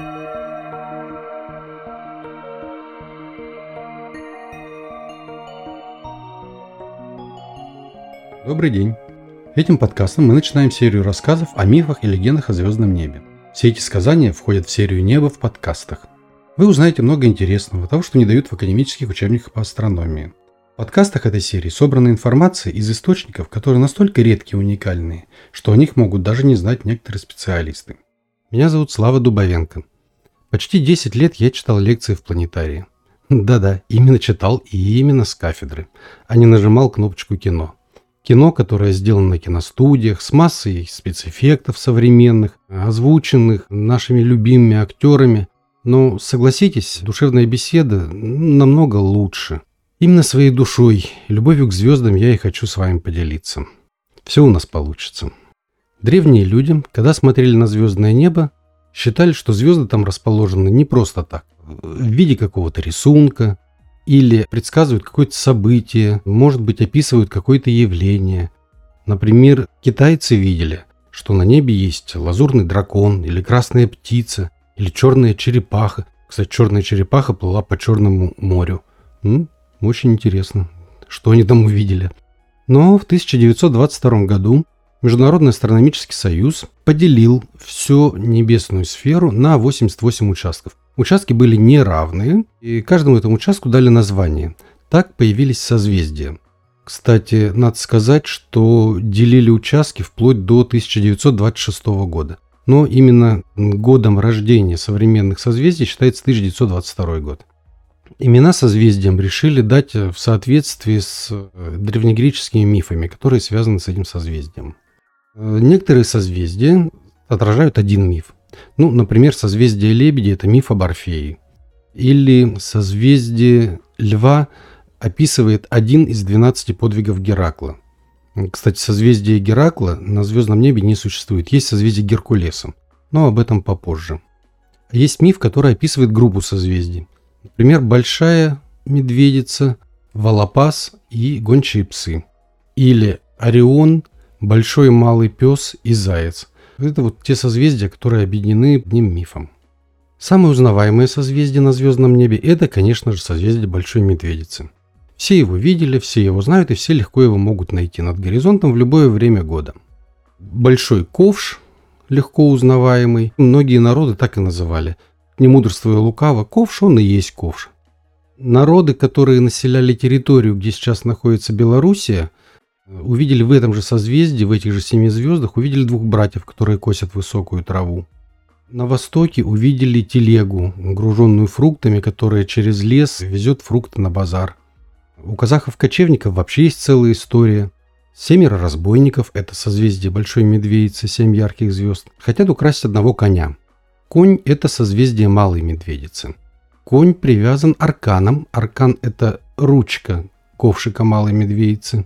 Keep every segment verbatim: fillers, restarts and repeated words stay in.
Добрый день! Этим подкастом мы начинаем серию рассказов о мифах и легендах о звездном небе. Все эти сказания входят в серию «Небо в подкастах». Вы узнаете много интересного, того, что не дают в академических учебниках по астрономии. В подкастах этой серии собрана информация из источников, которые настолько редкие и уникальные, что о них могут даже не знать некоторые специалисты. Меня зовут Слава Дубовенко. Почти десять лет я читал лекции в планетарии. Да-да, именно читал и именно с кафедры, а не нажимал кнопочку «Кино». Кино, которое сделано на киностудиях, с массой спецэффектов современных, озвученных нашими любимыми актерами. Но, согласитесь, душевная беседа намного лучше. Именно своей душой, любовью к звездам я и хочу с вами поделиться. Все у нас получится. Древние люди, когда смотрели на звездное небо, считали, что звезды там расположены не просто так, в виде какого-то рисунка, или предсказывают какое-то событие, может быть, описывают какое-то явление. Например, китайцы видели, что на небе есть лазурный дракон, или красная птица, или черная черепаха. Кстати, черная черепаха плыла по Черному морю. М? Очень интересно, что они там увидели. Но в тысяча девятьсот двадцать втором году Международный астрономический союз поделил всю небесную сферу на восемьдесят восемь участков. Участки были неравные, и каждому этому участку дали название. Так появились созвездия. Кстати, надо сказать, что делили участки вплоть до тысяча девятьсот двадцать шестого года. Но именно годом рождения современных созвездий считается тысяча девятьсот двадцать второй год. Имена созвездиям решили дать в соответствии с древнегреческими мифами, которые связаны с этим созвездием. Некоторые созвездия отражают один миф. Ну, например, созвездие Лебедя – это миф об Орфее. Или созвездие Льва описывает один из двенадцати подвигов Геракла. Кстати, созвездие Геракла на звездном небе не существует. Есть созвездие Геркулеса, но об этом попозже. Есть миф, который описывает группу созвездий. Например, Большая Медведица, Волопас и Гончие псы. Или Орион, Большой и Малый Пес и Заяц. Это вот те созвездия, которые объединены одним мифом. Самое узнаваемое созвездие на звездном небе – это, конечно же, созвездие Большой Медведицы. Все его видели, все его знают и все легко его могут найти над горизонтом в любое время года. Большой Ковш, легко узнаваемый, многие народы так и называли. Не мудрствуя лукаво, ковш он и есть ковш. Народы, которые населяли территорию, где сейчас находится Белоруссия, увидели в этом же созвездии, в этих же семи звездах, увидели двух братьев, которые косят высокую траву. На востоке увидели телегу, груженную фруктами, которая через лес везет фрукты на базар. У казахов-кочевников вообще есть целая история. Семеро разбойников, это созвездие Большой Медведицы, семь ярких звезд, хотят украсть одного коня. Конь – это созвездие Малой Медведицы. Конь привязан арканом, аркан – это ручка ковшика Малой Медведицы,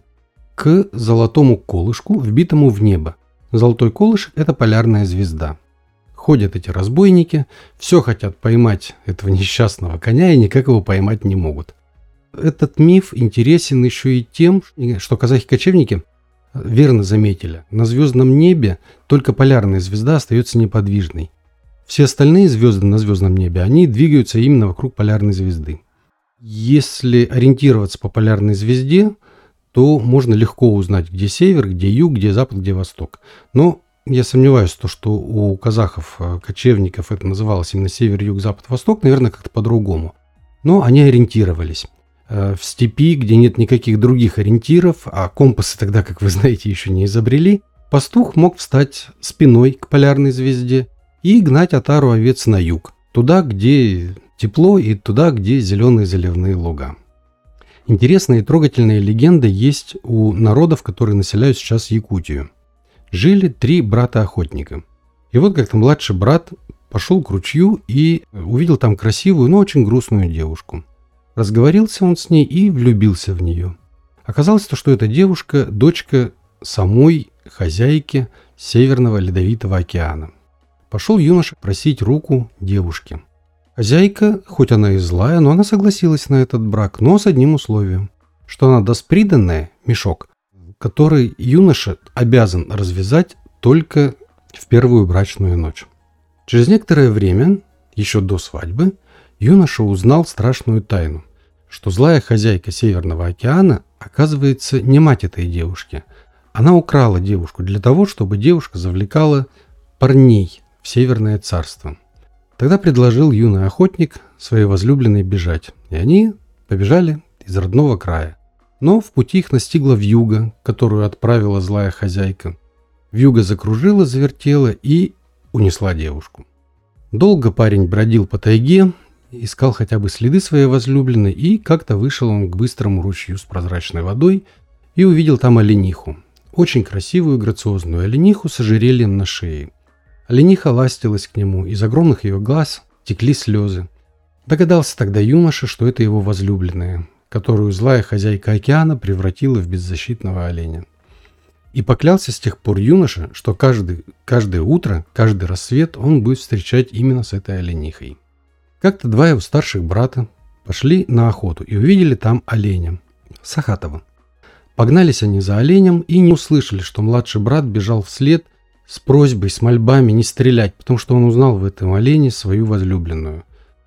к золотому колышку, вбитому в небо. Золотой колышек – это полярная звезда. Ходят эти разбойники, все хотят поймать этого несчастного коня и никак его поймать не могут. Этот миф интересен еще и тем, что казахи-кочевники верно заметили, на звездном небе только полярная звезда остается неподвижной. Все остальные звезды на звездном небе, они двигаются именно вокруг полярной звезды. Если ориентироваться по полярной звезде, то можно легко узнать, где север, где юг, где запад, где восток. Но я сомневаюсь, в том, что у казахов, кочевников это называлось именно север, юг, запад, восток, наверное, как-то по-другому. Но они ориентировались. В степи, где нет никаких других ориентиров, а компасы тогда, как вы знаете, еще не изобрели, пастух мог встать спиной к полярной звезде и гнать отару овец на юг, туда, где тепло, и туда, где зеленые заливные луга. Интересная и трогательная легенда есть у народов, которые населяют сейчас Якутию. Жили три брата-охотника. И вот как-то младший брат пошел к ручью и увидел там красивую, но очень грустную девушку. Разговорился он с ней и влюбился в нее. Оказалось, что эта девушка – дочка самой хозяйки Северного Ледовитого океана. Пошел юноша просить руку девушки. Хозяйка, хоть она и злая, но она согласилась на этот брак, но с одним условием, что она даст приданное, мешок, который юноша обязан развязать только в первую брачную ночь. Через некоторое время еще до свадьбы, юноша узнал страшную тайну, что злая хозяйка Северного океана, оказывается, не мать этой девушки. Она украла девушку для того, чтобы девушка завлекала парней в Северное царство. Тогда предложил юный охотник своей возлюбленной бежать, и они побежали из родного края. Но в пути их настигла вьюга, которую отправила злая хозяйка. Вьюга закружила, завертела и унесла девушку. Долго парень бродил по тайге, искал хотя бы следы своей возлюбленной, и как-то вышел он к быстрому ручью с прозрачной водой и увидел там олениху. Очень красивую, грациозную олениху с ожерельем на шее. Олениха ластилась к нему, из огромных ее глаз текли слезы. Догадался тогда юноша, что это его возлюбленная, которую злая хозяйка океана превратила в беззащитного оленя. И поклялся с тех пор юноша, что каждый, каждое утро, каждый рассвет он будет встречать именно с этой оленихой. Как-то два его старших брата пошли на охоту и увидели там оленя, Сахатова. Погнались они за оленем и не услышали, что младший брат бежал вслед с просьбой, с мольбами не стрелять, потому что он узнал в этом олене свою возлюбленную.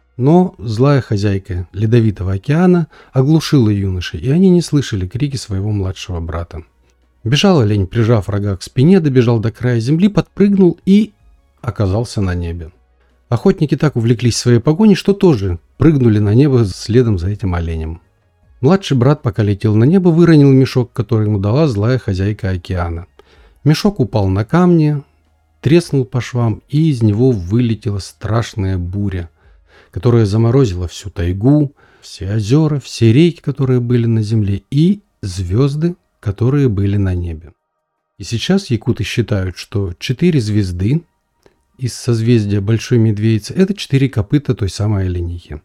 Но злая хозяйка Ледовитого океана оглушила юношей, и они не слышали крики своего младшего брата. Бежал олень, прижав рога к спине, добежал до края земли, подпрыгнул и оказался на небе. Охотники так увлеклись своей погоней, что тоже прыгнули на небо следом за этим оленем. Младший брат, пока летел на небо, выронил мешок, который ему дала злая хозяйка океана. Мешок упал на камни, треснул по швам, и из него вылетела страшная буря, которая заморозила всю тайгу, все озера, все реки, которые были на земле, и звезды, которые были на небе. И сейчас якуты считают, что четыре звезды из созвездия Большой Медведицы – это четыре копыта той самой оленихи.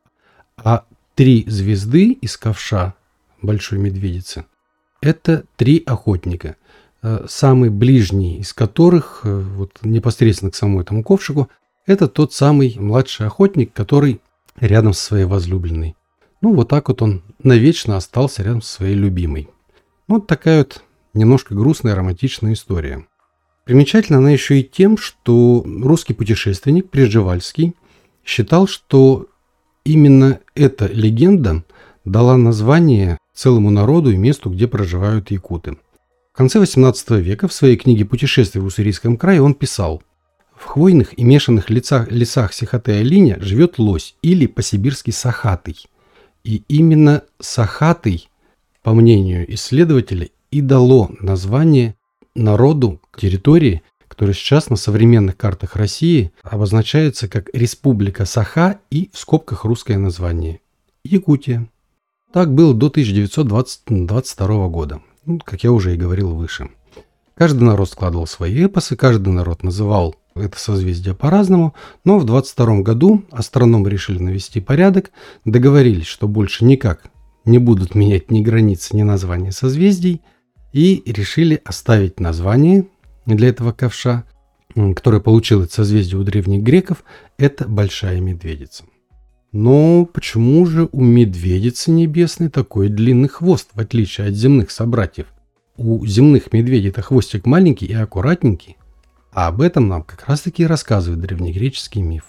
А три звезды из ковша Большой Медведицы – это три охотника, самый ближний из которых, вот непосредственно к самому этому ковшику, это тот самый младший охотник, который рядом со своей возлюбленной. Ну, вот так вот он навечно остался рядом со своей любимой. Вот такая вот немножко грустная романтичная история. Примечательна она еще и тем, что русский путешественник Пржевальский считал, что именно эта легенда дала название целому народу и месту, где проживают якуты. В конце восемнадцатого века в своей книге «Путешествие в Уссурийском крае» он писал: «В хвойных и мешанных лесах, лесах Сихотэ-Алиня живет лось или по-сибирски сахатый. И именно сахатый, по мнению исследователей, и дало название народу территории, которая сейчас на современных картах России обозначается как Республика Саха и в скобках русское название – Якутия». Так было до тысяча девятьсот двадцать второго года, ну, как я уже и говорил выше. Каждый народ складывал свои эпосы, каждый народ называл это созвездие по-разному, но в двадцать втором году астрономы решили навести порядок, договорились, что больше никак не будут менять ни границы, ни названия созвездий, и решили оставить название для этого ковша, которое получил это созвездие у древних греков, это Большая Медведица. Но почему же у Медведицы Небесной такой длинный хвост, в отличие от земных собратьев? У земных медведей-то хвостик маленький и аккуратненький, а об этом нам как раз-таки рассказывает древнегреческий миф.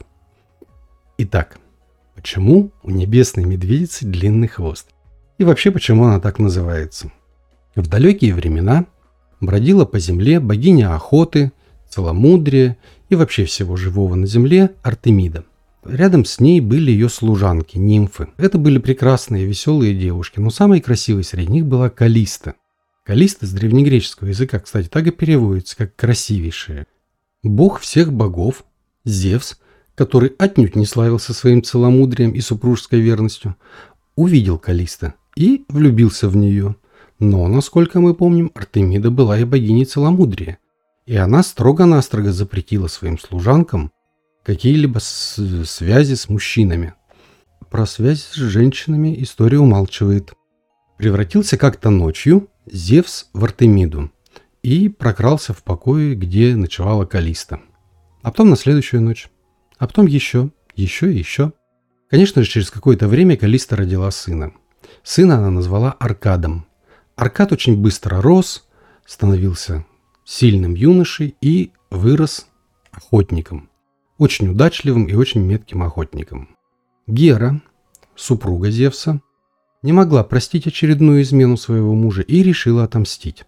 Итак, почему у Небесной Медведицы длинный хвост? И вообще, почему она так называется? В далекие времена бродила по земле богиня охоты, целомудрия и вообще всего живого на земле Артемида. Рядом с ней были ее служанки, нимфы. Это были прекрасные, веселые девушки, но самой красивой среди них была Калиста. Калиста с древнегреческого языка, кстати, так и переводится, как «красивейшая». Бог всех богов, Зевс, который отнюдь не славился своим целомудрием и супружеской верностью, увидел Калиста и влюбился в нее. Но, насколько мы помним, Артемида была и богиней целомудрия, и она строго-настрого запретила своим служанкам какие-либо связи с мужчинами. Про связь с женщинами история умалчивает. Превратился как-то ночью Зевс в Артемиду и прокрался в покое, где ночевала Калиста. А потом на следующую ночь. А потом еще, еще и еще. Конечно же, через какое-то время Калиста родила сына. Сына она назвала Аркадом. Аркад очень быстро рос, становился сильным юношей и вырос охотником. очень удачливым и очень метким охотником. Гера, супруга Зевса, не могла простить очередную измену своего мужа и решила отомстить.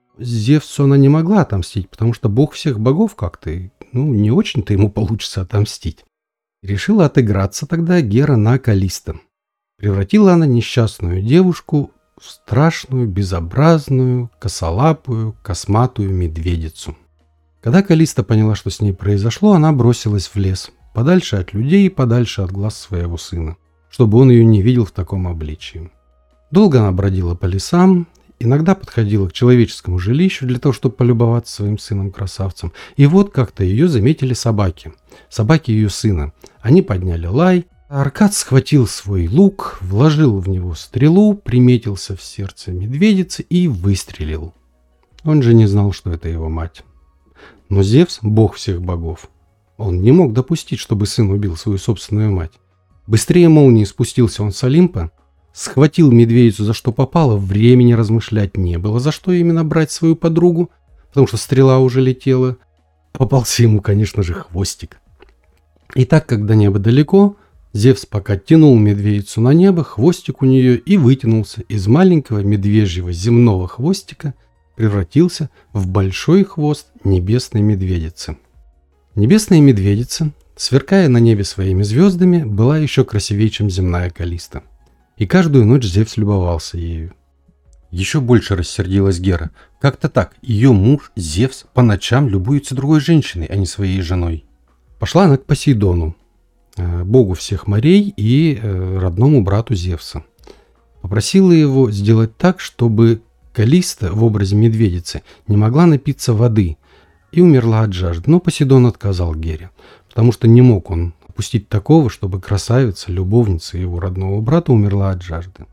Зевсу она не могла отомстить, потому что бог всех богов как-то, ну, не очень-то ему получится отомстить. Решила отыграться тогда Гера на Каллисто. Превратила она несчастную девушку в страшную, безобразную, косолапую, косматую медведицу. Когда Каллисто поняла, что с ней произошло, она бросилась в лес, подальше от людей и подальше от глаз своего сына, чтобы он ее не видел в таком обличии. Долго она бродила по лесам, иногда подходила к человеческому жилищу для того, чтобы полюбоваться своим сыном-красавцем. И вот как-то ее заметили собаки. Собаки ее сына. Они подняли лай. Аркад схватил свой лук, вложил в него стрелу, приметился в сердце медведицы и выстрелил. Он же не знал, что это его мать. Но Зевс, бог всех богов, он не мог допустить, чтобы сын убил свою собственную мать. Быстрее молнии спустился он с Олимпа, схватил медведицу за что попало, времени размышлять не было, за что именно брать свою подругу, потому что стрела уже летела. Попался ему, конечно же, хвостик. И так, когда небо далеко, Зевс пока тянул медведицу на небо, хвостик у нее и вытянулся из маленького медвежьего земного хвостика, превратился в большой хвост небесной медведицы. Небесная медведица, сверкая на небе своими звездами, была еще красивее, чем земная Каллисто. И каждую ночь Зевс любовался ею. Еще больше рассердилась Гера. Как-то так, ее муж Зевс по ночам любуется другой женщиной, а не своей женой. Пошла она к Посейдону, богу всех морей и родному брату Зевса. Попросила его сделать так, чтобы Каллисто в образе медведицы не могла напиться воды и умерла от жажды. Но Посейдон отказал Гере, потому что не мог он допустить такого, чтобы красавица, любовница его родного брата умерла от жажды.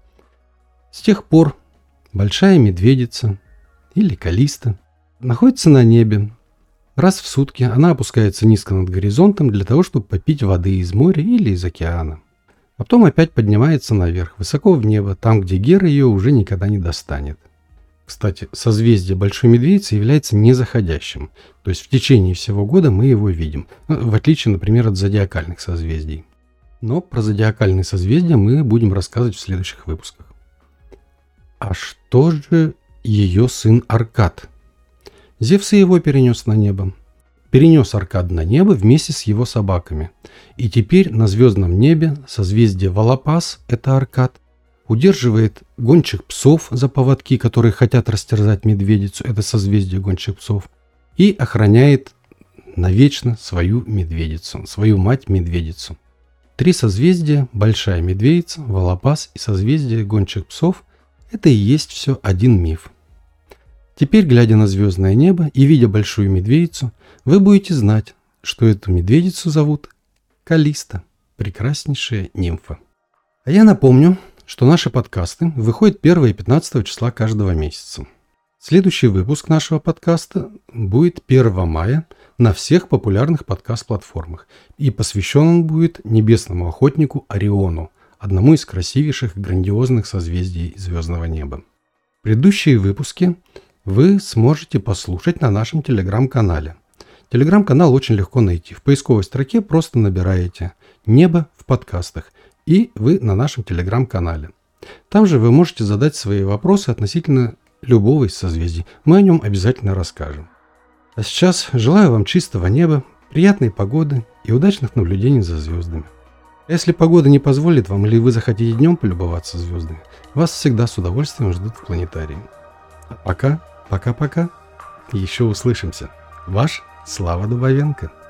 С тех пор большая медведица или Каллисто находится на небе. Раз в сутки она опускается низко над горизонтом для того, чтобы попить воды из моря или из океана. А потом опять поднимается наверх, высоко в небо, там, где Гера ее уже никогда не достанет. Кстати, созвездие Большой Медведицы является незаходящим, то есть в течение всего года мы его видим, в отличие, например, от зодиакальных созвездий. Но про зодиакальные созвездия мы будем рассказывать в следующих выпусках. А что же ее сын Аркад? Зевс и его перенес на небо. Перенес Аркад на небо вместе с его собаками. И теперь на звездном небе созвездие Волопас, это Аркад, удерживает гончих псов за поводки, которые хотят растерзать медведицу, это созвездие гончих псов, и охраняет навечно свою медведицу, свою мать-медведицу. Три созвездия, Большая Медведица, Волопас и созвездие гончих псов, это и есть все один миф. Теперь, глядя на звездное небо и видя Большую Медведицу, вы будете знать, что эту медведицу зовут Каллисто, прекраснейшая нимфа. А я напомню, что наши подкасты выходят первого и пятнадцатого числа каждого месяца. Следующий выпуск нашего подкаста будет первого мая на всех популярных подкаст-платформах, и посвящен он будет небесному охотнику Ориону, одному из красивейших и грандиозных созвездий звездного неба. Предыдущие выпуски вы сможете послушать на нашем телеграм-канале. Телеграм-канал очень легко найти. В поисковой строке просто набираете «Небо в подкастах», и вы на нашем телеграм-канале. Там же вы можете задать свои вопросы относительно любого из созвездий. Мы о нем обязательно расскажем. А сейчас желаю вам чистого неба, приятной погоды и удачных наблюдений за звездами. Если погода не позволит вам или вы захотите днем полюбоваться звездами, вас всегда с удовольствием ждут в планетарии. А пока, пока-пока. Еще услышимся. Ваш Слава Дубовенко.